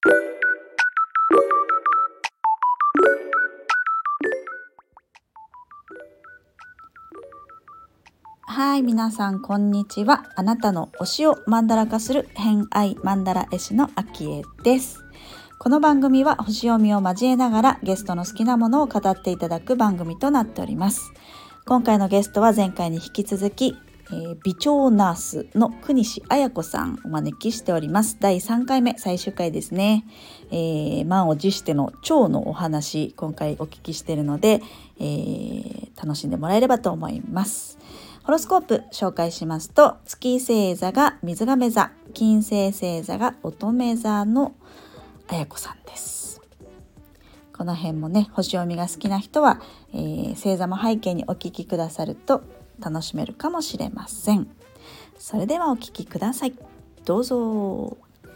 はい、皆さんこんにちは。あなたの推しをマンダラ化する偏愛マンダラ絵師のあきえです。この番組は星読みを交えながらゲストの好きなものを語っていただく番組となっております。今回のゲストは前回に引き続き、美腸ナースの国西彩子さんをお招きしております。第3回目最終回ですね。満を持しての腸のお話、今回お聞きしているので、楽しんでもらえればと思います。ホロスコープ紹介しますと、月星座が水亀座、金星星座が乙女座の彩子さんです。この辺もね、星読みが好きな人は、星座も背景にお聞きくださると楽しめるかもしれません。それではお聞きください。どうぞ。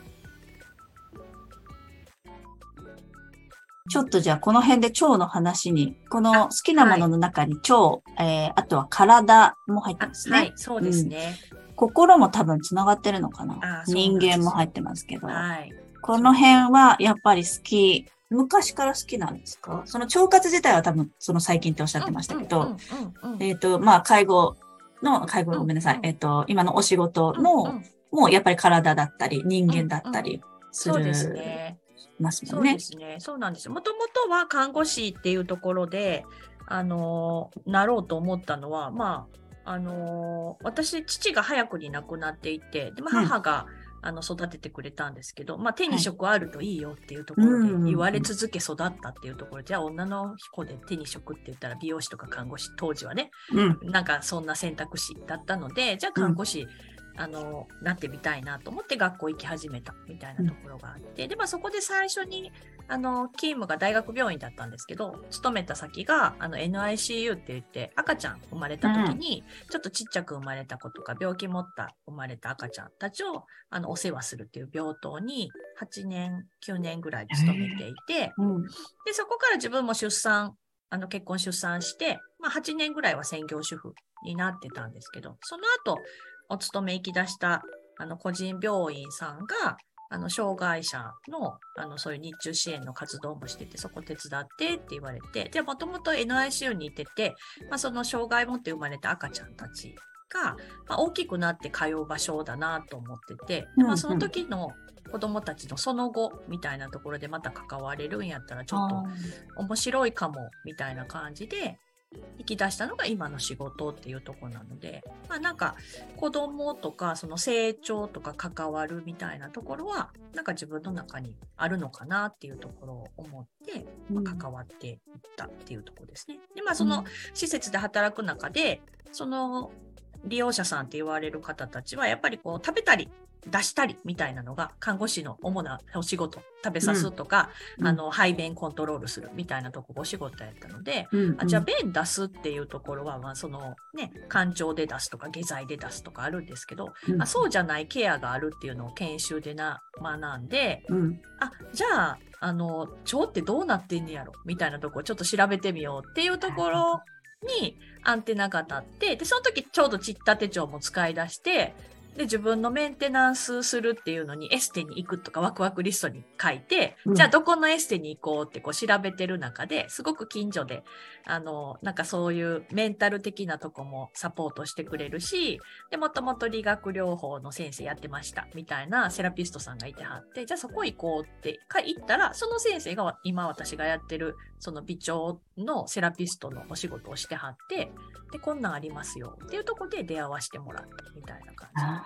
ちょっとじゃあこの辺で腸の話に、この好きなものの中に腸、あとは体も入ってますね。 はい、そうですね。 心も多分つながってるのかな。人間も入ってますけど、 はい、 この辺はやっぱり好き。昔から好きなんですか？その腸活自体は多分その最近っておっしゃってましたけど、まあ介護ごめんなさい。今のお仕事の、もうやっぱり体だったり人間だったりする。 そうですね。 ますもんね。 そうですね。そうなんですよ。もともとは看護師っていうところで、なろうと思ったのは、まあ、私、父が早くに亡くなっていて、で、母が、育ててくれたんですけど、まあ、手に職あるといいよっていうところで言われ続け育ったっていうところで、じゃあ女の子で手に職って言ったら美容師とか看護師、当時はね、なんかそんな選択肢だったので、じゃあ看護師、なってみたいなと思って学校行き始めたみたいなところがあって、で、まあそこで最初に、勤務が大学病院だったんですけど、勤めた先が、NICU って言って、赤ちゃん生まれた時に、ちょっとちっちゃく生まれた子とか、病気持った生まれた赤ちゃんたちを、お世話するっていう病棟に、8年、9年ぐらい勤めていて、で、そこから自分も結婚出産して、まあ8年ぐらいは専業主婦になってたんですけど、その後、お勤め行き出した個人病院さんが障害者のそういう日中支援の活動もしてて、そこ手伝ってって言われて、でもともと NICU にいてて、まあ、その障害持って生まれた赤ちゃんたちが、まあ、大きくなって通う場所だなと思ってて、でまあ、その時の子どもたちのその後みたいなところでまた関われるんやったらちょっと面白いかもみたいな感じで引き出したのが今の仕事っていうところなので、まあなんか子供とかその成長とか関わるみたいなところはなんか自分の中にあるのかなっていうところを思って、まあ、関わっていったっていうところですね。で、まあその施設で働く中で、その利用者さんって言われる方たちはやっぱりこう食べたり出したりみたいなのが看護師の主なお仕事、食べさすとか、排便コントロールするみたいなとこお仕事やったので、じゃあ便出すっていうところは、まあそのね、腸で出すとか下剤で出すとかあるんですけど、そうじゃないケアがあるっていうのを研修で学んで、じゃあ、腸ってどうなってんねやろみたいなところをちょっと調べてみようっていうところにアンテナが立って、で、その時ちょうどちった手帳も使い出して、で、自分のメンテナンスするっていうのにエステに行くとかワクワクリストに書いて、じゃあどこのエステに行こうってこう調べてる中ですごく近所で、なんかそういうメンタル的なとこもサポートしてくれるし、で、もともと理学療法の先生やってましたみたいなセラピストさんがいてはって、じゃあそこ行こうって言ったら、その先生が今私がやってるその美腸のセラピストのお仕事をしてはって、で、こんなんありますよっていうところで出会わせてもらったみたいな感じ。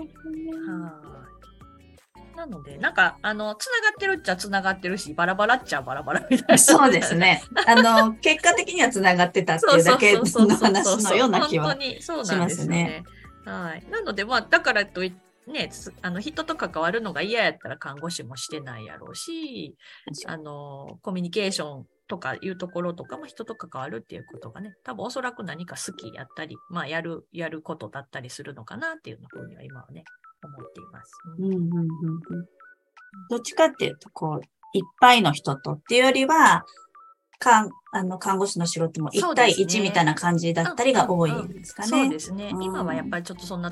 なので、なんか、つながってるっちゃつながってるし、バラバラっちゃバラバラみたいな。 そうですね。結果的にはつながってたっていうだけの話のような気はしますね。 はい。なので、まあ、だからといって、ね、人と関わるのが嫌やったら看護師もしてないやろうし、コミュニケーションとかいうところとかも人と関わるっていうことがね、多分おそらく何か好きやったり、まあやることだったりするのかなっていうふうには今はね、思っています。 どっちかっていうと、こう、いっぱいの人とっていうよりは、看護師の仕事も1対1みたいな感じだったりが多いんですかね。 そうですね。今はやっぱりちょっとそんな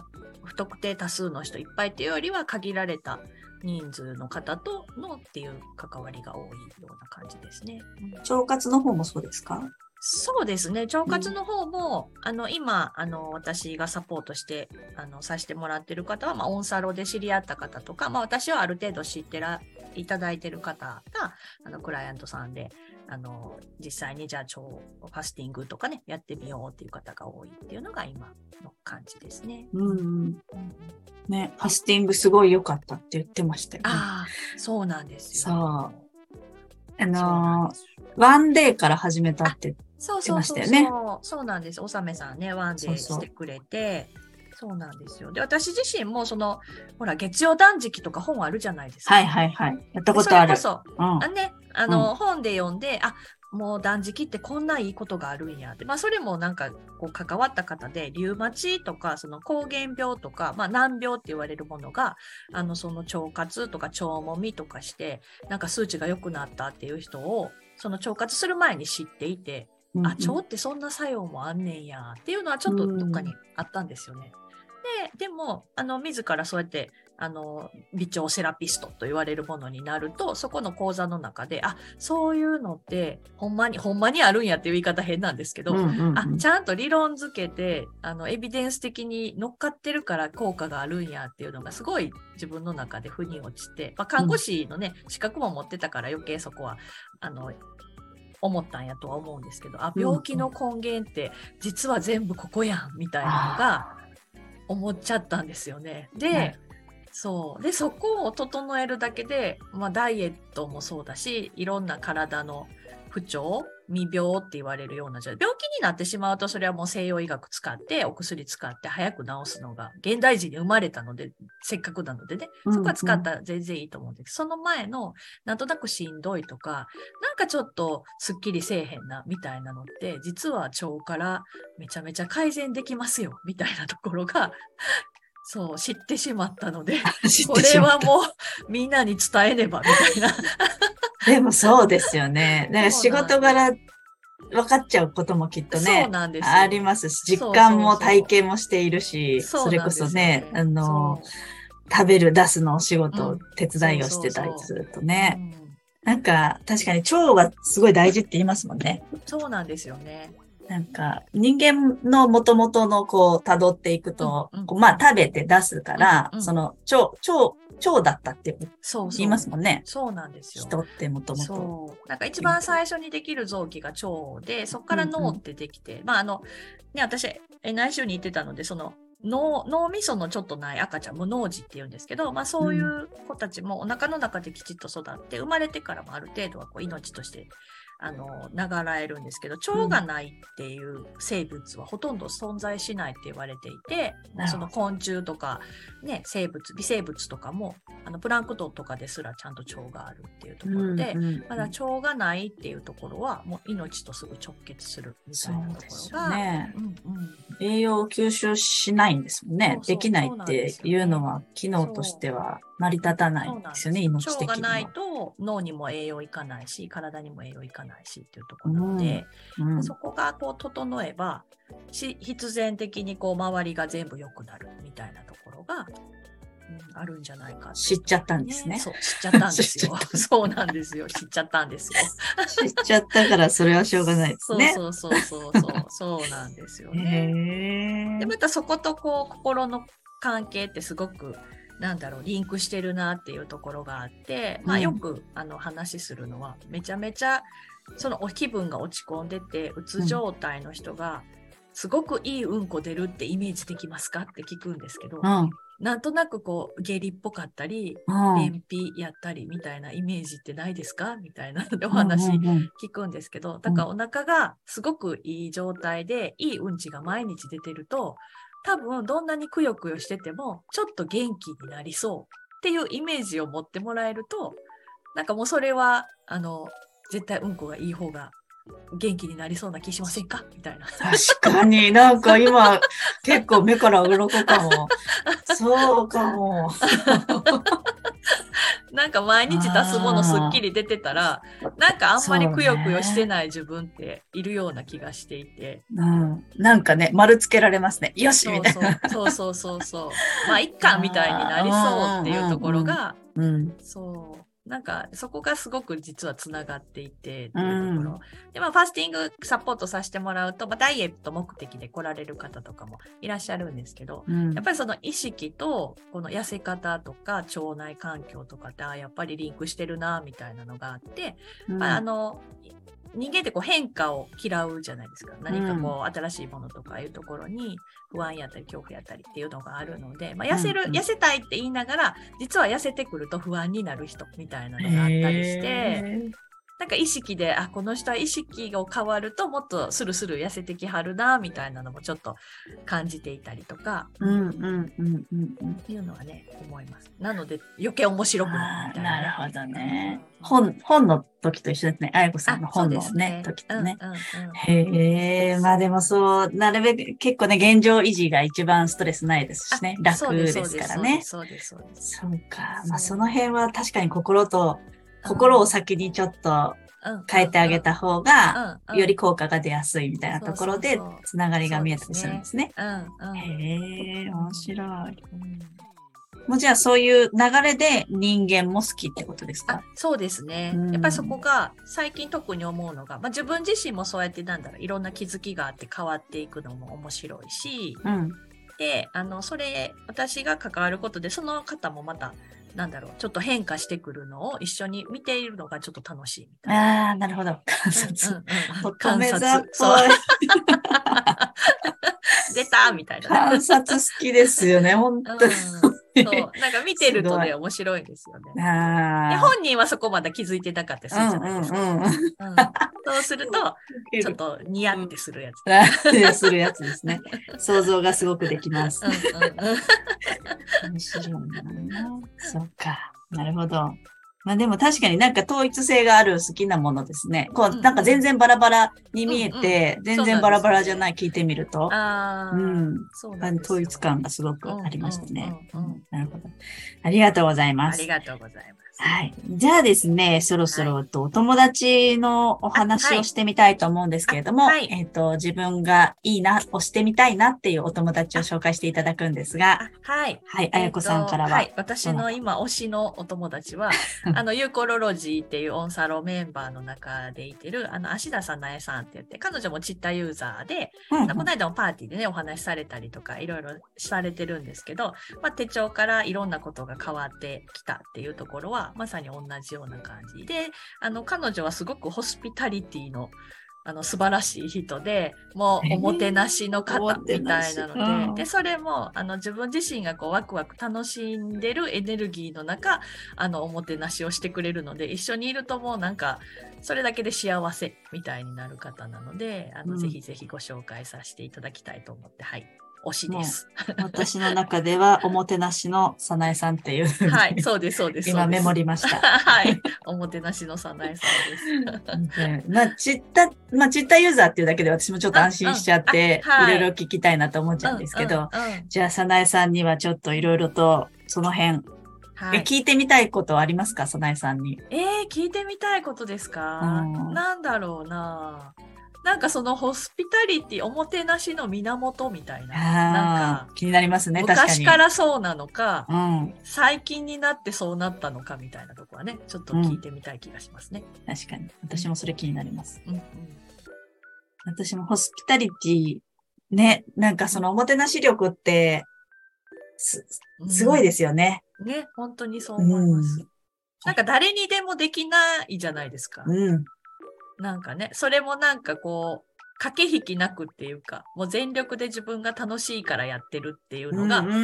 不特定多数の人いっぱいっていうよりは限られた人数の方とのっていう関わりが多いような感じですね。 腸活の方もそうですか？ そうですね。腸活の方も、今、私がサポートして、させてもらってる方は、オンサロで知り合った方とか、私はある程度知っていただいてる方が、クライアントさんで、実際にじゃあ腸ファスティングとかね、やってみようっていう方が多いっていうのが今の感じですね。 ね、ファスティングすごい良かったって言ってましたよね。 ああ、そうなんですそよ。 う。ワンデーから始めたって言ってましたよね。 そうなんです。おさめさんね、ワンデーしてくれて。そうなんですよ。で、私自身もほら、月曜断食とか本あるじゃないですか。 はいはいはい。やったことある。 それこそ、本で読んで、もう断食ってこんないいことがあるんやって。それもなんか、こう、関わった方で、リウマチとか、膠原病とか、難病って言われるものが、その腸活とか腸もみとかして、なんか数値が良くなったっていう人を、その腸活する前に知っていて、腸ってそんな作用もあんねんやっていうのはちょっとどっかにあったんですよね。でも、自らそうやって、微腸セラピストと言われるものになると、そこの講座の中で、そういうのって、ほんまにあるんやっていう言い方変なんですけど、ちゃんと理論付けて、エビデンス的に乗っかってるから効果があるんやっていうのがすごい自分の中で腑に落ちて、看護師のね、資格も持ってたから余計そこは、思ったんやとは思うんですけど、病気の根源って実は全部ここやんみたいなのが思っちゃったんですよね。で、そこを整えるだけで、ダイエットもそうだし、いろんな体の不調、未病って言われるような病気になってしまうと、それはもう西洋医学使って、お薬使って早く治すのが現代人に生まれたので、せっかくなのでね、そこは使ったら全然いいと思うんです。その前の、なんとなくしんどいとか、なんかちょっとすっきりせえへんな、みたいなのって、実は腸からめちゃめちゃ改善できますよ、みたいなところが、知ってしまったので、これはもうみんなに伝えねば、みたいな。 でもそうですよね。だから仕事柄分かっちゃうこともきっとね、ありますし、実感も体験もしているし、それこそね、食べる、出すのお仕事、手伝いをしてたりするとね。なんか、確かに腸がすごい大事って言いますもんね。 そうなんですよね。 なんか、人間の元々の辿っていくと、食べて出すから、腸だったって言いますもんね。 そうなんですよ。 人って元々。 なんか一番最初にできる臓器が腸で、そこから脳ってできて、私、内視鏡に行ってたので、脳みそのちょっとない赤ちゃん、無脳児って言うんですけど、そういう子たちもお腹の中できちっと育って、生まれてからもある程度は命として流らえるんですけど、腸がないっていう生物はほとんど存在しないって言われていて、その昆虫とか、ね、微生物とかも、プランクトンとかですらちゃんと腸があるっていうところで、まだ腸がないっていうところは、もう命とすぐ直結するみたいなところが、 栄養を吸収しないんですもんね。できないっていうのは、機能としては成り立たないんですよね、命的には。 腸がないと脳にも栄養いかないし、体にも栄養いかないしっていうところなので、そこが整えば、必然的に周りが全部良くなるみたいなところが、あるんじゃないか、 知っちゃったんですね。 そう、知っちゃったんですよ。そうなんですよ。知っちゃったんですよ。 知っちゃったからそれはしょうがないですね。 そうなんですよね。で、またそこと心の関係ってすごく、リンクしてるなっていうところがあって、よく話するのは、めちゃめちゃ、気分が落ち込んでて、うつ状態の人が、すごくいいうんこ出るってイメージできますかって聞くんですけど、なんとなく下痢っぽかったり、便秘やったりみたいなイメージってないですかみたいなのでお話聞くんですけど、だからお腹がすごくいい状態で、いいうんちが毎日出てると、多分どんなにくよくよしてても、ちょっと元気になりそうっていうイメージを持ってもらえると、なんかもうそれは、絶対うんこがいい方が元気になりそうな気しませんかみたいな。 確かになんか今結構目から鱗かも。そうかも。 なんか毎日出すものすっきり出てたら、なんかあんまりくよくよしてない自分っているような気がしていて。 うん、なんかね、丸つけられますね。よしみたいな。 そう。まあ、いっかみたいになりそうっていうところが、そう。なんか、そこがすごく実はつながっていてっていうところ。で、まあ、ファスティングサポートさせてもらうと、まあ、ダイエット目的で来られる方とかもいらっしゃるんですけど、やっぱりその意識と、この痩せ方とか、腸内環境とかって、やっぱりリンクしてるな、みたいなのがあって、まあ、人間ってこう変化を嫌うじゃないですか。何かこう新しいものとかいうところに不安やったり恐怖やったりっていうのがあるので、まあ、痩せたいって言いながら、実は痩せてくると不安になる人みたいなのがあったりして、なんか意識で、この人は意識が変わるともっとスルスル痩せてきはるな、みたいなのもちょっと感じていたりとか、いうのはね、思います。なので余計面白くなるみたいな。 なるほどね。本の時と一緒ですね。あやこさんの本のね、時とね。へえ、まあでもそう、なるべく結構ね、現状維持が一番ストレスないですしね。楽ですからね。 そうです。 そうか。まあその辺は確かに心を先にちょっと変えてあげた方が、より効果が出やすいみたいなところで、つながりが見えたりするんですね。へえ、面白い。もうじゃあそういう流れで人間も好きってことですか？ そうですね。やっぱりそこが最近特に思うのが、まあ、自分自身もそうやっていろんな気づきがあって変わっていくのも面白いし、で、私が関わることで、その方もまた、ちょっと変化してくるのを一緒に見ているのがちょっと楽しいみたいな。 なるほど。観察。 観察。 そう。 出たみたいな。 観察好きですよね、本当に。 そう。なんか見てるとね、面白いですよね。で本人はそこまで気づいてなかったりするじゃないですか。そうすると、ちょっとニヤってするやつ。 するやつですね。想像がすごくできます。面白いな。そうか。なるほど。まあでも確かになんか統一性がある好きなものですね。こう、なんか全然バラバラに見えて、全然バラバラじゃない聞いてみると。統一感がすごくありましたね。なるほど。ありがとうございます。 ありがとうございます。 はい。じゃあですね、そろそろお友達のお話をしてみたいと思うんですけれども、自分がいいな、推してみたいなっていうお友達を紹介していただくんですが、はい。あやこさんからは。 私の今推しのお友達は、ユーコロロジーっていうオンサロメンバーの中でいてる、芦田さなえさんって言って、彼女もチッタユーザーで、この間もパーティーでね、お話しされたりとか、いろいろされてるんですけど、まあ、手帳からいろんなことが変わってきたっていうところは、まさに同じような感じで、彼女はすごくホスピタリティの素晴らしい人で、もうおもてなしの方みたいなので、で、それも自分自身がこうワクワク楽しんでるエネルギーの中、おもてなしをしてくれるので、一緒にいるともうなんか、それだけで幸せみたいになる方なので、ぜひぜひご紹介させていただきたいと思って、はい。推しです。 私の中では、おもてなしのさなえさんっていう。 はい、そうです。 今メモりました。 はい。おもてなしのさなえさんです。まあ、チッタユーザーっていうだけで私もちょっと安心しちゃって、いろいろ聞きたいなと思っちゃうんですけど、じゃあ、さなえさんにはちょっといろいろと、その辺、聞いてみたいことはありますか、さなえさんに。 聞いてみたいことですか？なんだろうな。なんかそのホスピタリティ、おもてなしの源みたいな。なんか気になりますね、確かに。 昔からそうなのか、最近になってそうなったのかみたいなところはね、ちょっと聞いてみたい気がしますね。 確かに。私もそれ気になります。私もホスピタリティ、ね、なんかそのおもてなし力って、すごいですよね。 ね、本当にそう思います。なんか誰にでもできないじゃないですか。なんかね、それもなんかこう、駆け引きなくっていうか、もう全力で自分が楽しいからやってるっていうのが、もう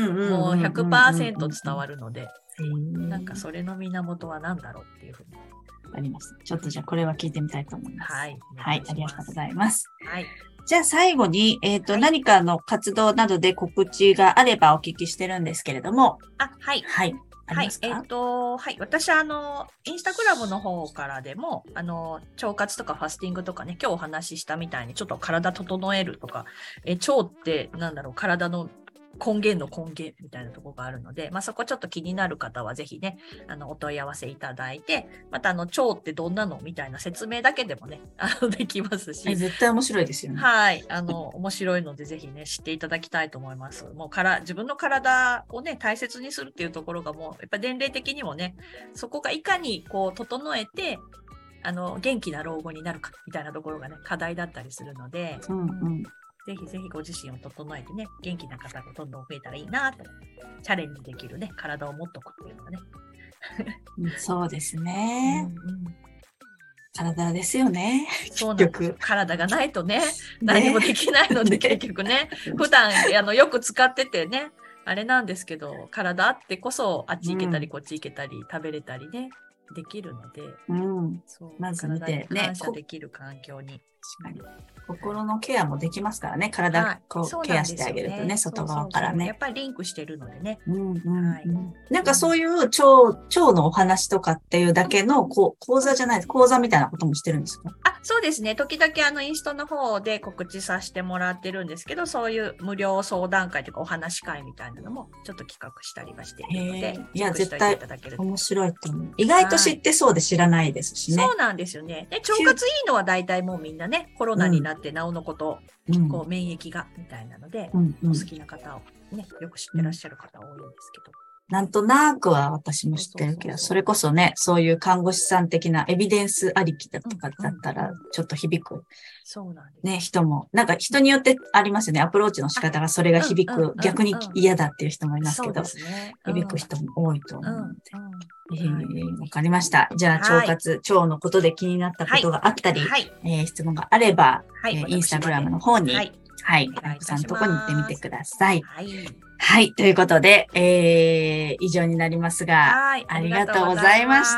100% 伝わるので、なんかそれの源は何だろうっていうふうに。 あります。ちょっとじゃあこれは聞いてみたいと思います。 はい。 はい、ありがとうございます。 はい。 じゃあ最後に、何かの活動などで告知があればお聞きしてるんですけれども。 はい。 はい。 はい。はい。私、インスタグラムの方からでも、腸活とかファスティングとかね、今日お話ししたみたいに、ちょっと体整えるとか、腸って、体の根源の根源みたいなところがあるので、そこちょっと気になる方はぜひね、お問い合わせいただいて、また腸ってどんなのみたいな説明だけでもね、できますし。 絶対面白いですよね。 はい。面白いのでぜひね、知っていただきたいと思います。もう自分の体をね、大切にするっていうところがもう、やっぱ年齢的にもね、そこがいかにこう、整えて、元気な老後になるかみたいなところがね、課題だったりするので、ぜひぜひご自身を整えてね、元気な方がどんどん増えたらいいなと、チャレンジできるね、体を持っとくっていうのがね。 そうですね。体ですよね。 そうなんですよ。体がないとね、何もできないので、結局ね、普段よく使っててね、あれなんですけど、体あってこそ、あっち行けたり、こっち行けたり、食べれたりね、できるので、 まず見てね、感謝できる環境に。 心のケアもできますからね。体をケアしてあげるとね、外側からね。 やっぱりリンクしてるのでね。 なんかそういう腸のお話とかっていうだけの講座じゃないです。講座みたいなこともしてるんですか？ そうですね。時々インスタの方で告知させてもらってるんですけど、そういう無料相談会というかお話会みたいなのもちょっと企画したりはしているので、 いや、絶対面白いと思う。意外と知ってそうで知らないですしね。 そうなんですよね。で、腸活いいのは大体もうみんなね、コロナになってなおのこと、こう免疫がみたいなので、お好きな方をね、よく知ってらっしゃる方多いんですけど。 なんとなくは私も知ってるけど、それこそね、そういう看護師さん的なエビデンスありきだとかだったら、ちょっと響く。 そうなんです。 ね、人も。なんか人によってありますよね。アプローチの仕方がそれが響く。逆に嫌だっていう人もいますけど、響く人も多いと思うので。わかりました。じゃあ、腸活、腸のことで気になったことがあったり、質問があれば、インスタグラムの方に、あやこさんのとこに行ってみてください。はい。ということで、以上になりますが、ありがとうございました。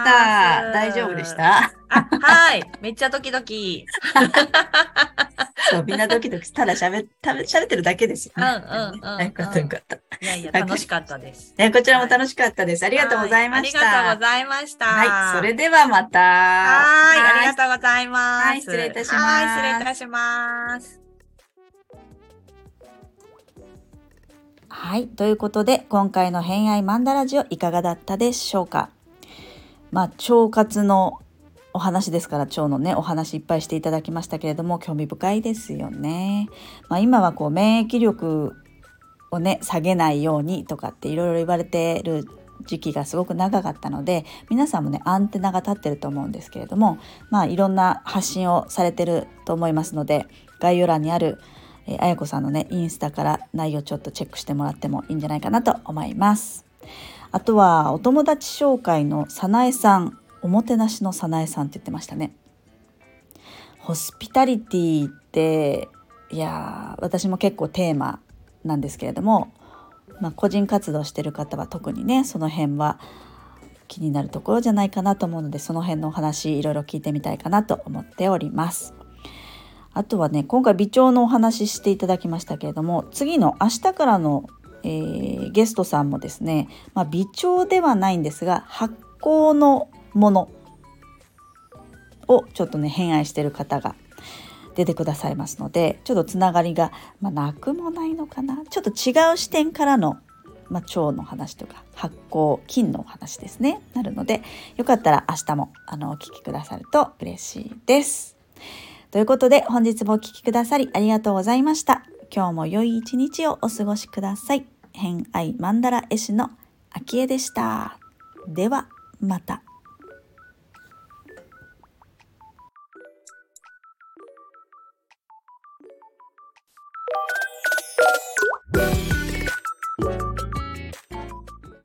大丈夫でした？ はい。めっちゃドキドキ。 そう、みんなドキドキ、ただ喋ってるだけですよね。よかった。 いやいや、楽しかったです。 こちらも楽しかったです。ありがとうございました。 ありがとうございました。 はい。それではまた。 はい。ありがとうございます。 はい。失礼いたします。 はい。失礼いたします。 はい。ということで、今回の偏愛マンダラジオいかがだったでしょうか？腸活のお話ですから、腸のね、お話いっぱいしていただきましたけれども、興味深いですよね。今はこう、免疫力をね、下げないようにとかっていろいろ言われてる時期がすごく長かったので、皆さんもね、アンテナが立ってると思うんですけれども、いろんな発信をされてると思いますので、概要欄にあるあやこさんのね、インスタから内容ちょっとチェックしてもらってもいいんじゃないかなと思います。あとはお友達紹介のさなえさん、おもてなしのさなえさんって言ってましたね。ホスピタリティって、いや私も結構テーマなんですけれども、個人活動してる方は特にね、その辺は気になるところじゃないかなと思うので、その辺のお話いろいろ聞いてみたいかなと思っております。あとはね、今回微腸のお話ししていただきましたけれども、次の明日からの、ゲストさんもですね、微腸ではないんですが、発酵のものをちょっとね、偏愛している方が出てくださいますので、ちょっとつながりが、なくもないのかな、ちょっと違う視点からの、腸の話とか発酵菌のお話ですね、なるので、よかったら明日もお聞きくださると嬉しいです。ということで、本日もお聞きくださりありがとうございました。今日も良い一日をお過ごしください。偏愛マンダラ絵師のあきえでした。ではまた。